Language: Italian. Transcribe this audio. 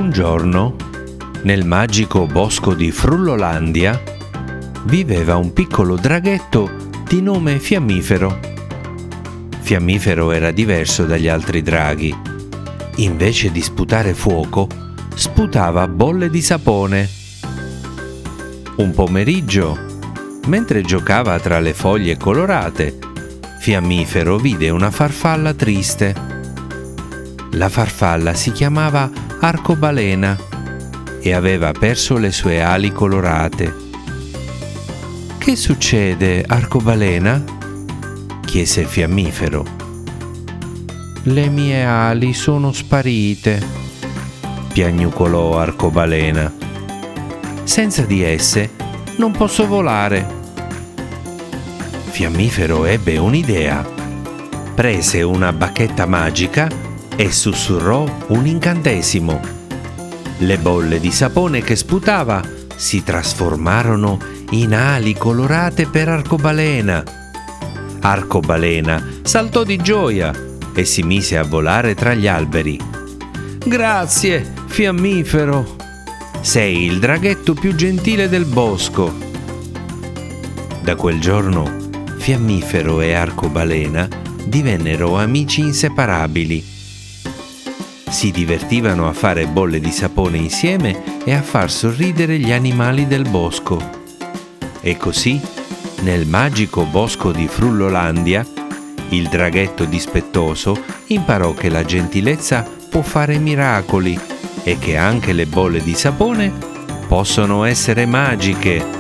Un giorno, nel magico bosco di Frullolandia, viveva un piccolo draghetto di nome Fiammifero. Fiammifero era diverso dagli altri draghi. Invece di sputare fuoco, sputava bolle di sapone. Un pomeriggio, mentre giocava tra le foglie colorate, Fiammifero vide una farfalla triste. La farfalla si chiamava Arcobalena e aveva perso le sue ali colorate. «Che succede, Arcobalena?» chiese Fiammifero. «Le mie ali sono sparite», piagnucolò Arcobalena. «Senza di esse non posso volare». Fiammifero ebbe un'idea. Prese una bacchetta magica e sussurrò un incantesimo. Le bolle di sapone che sputava si trasformarono in ali colorate per Arcobalena. Arcobalena saltò di gioia e si mise a volare tra gli alberi. «Grazie, Fiammifero! Sei il draghetto più gentile del bosco!» Da quel giorno Fiammifero e Arcobalena divennero amici inseparabili. Si divertivano a fare bolle di sapone insieme e a far sorridere gli animali del bosco. E così, nel magico bosco di Frullolandia, il draghetto dispettoso imparò che la gentilezza può fare miracoli e che anche le bolle di sapone possono essere magiche.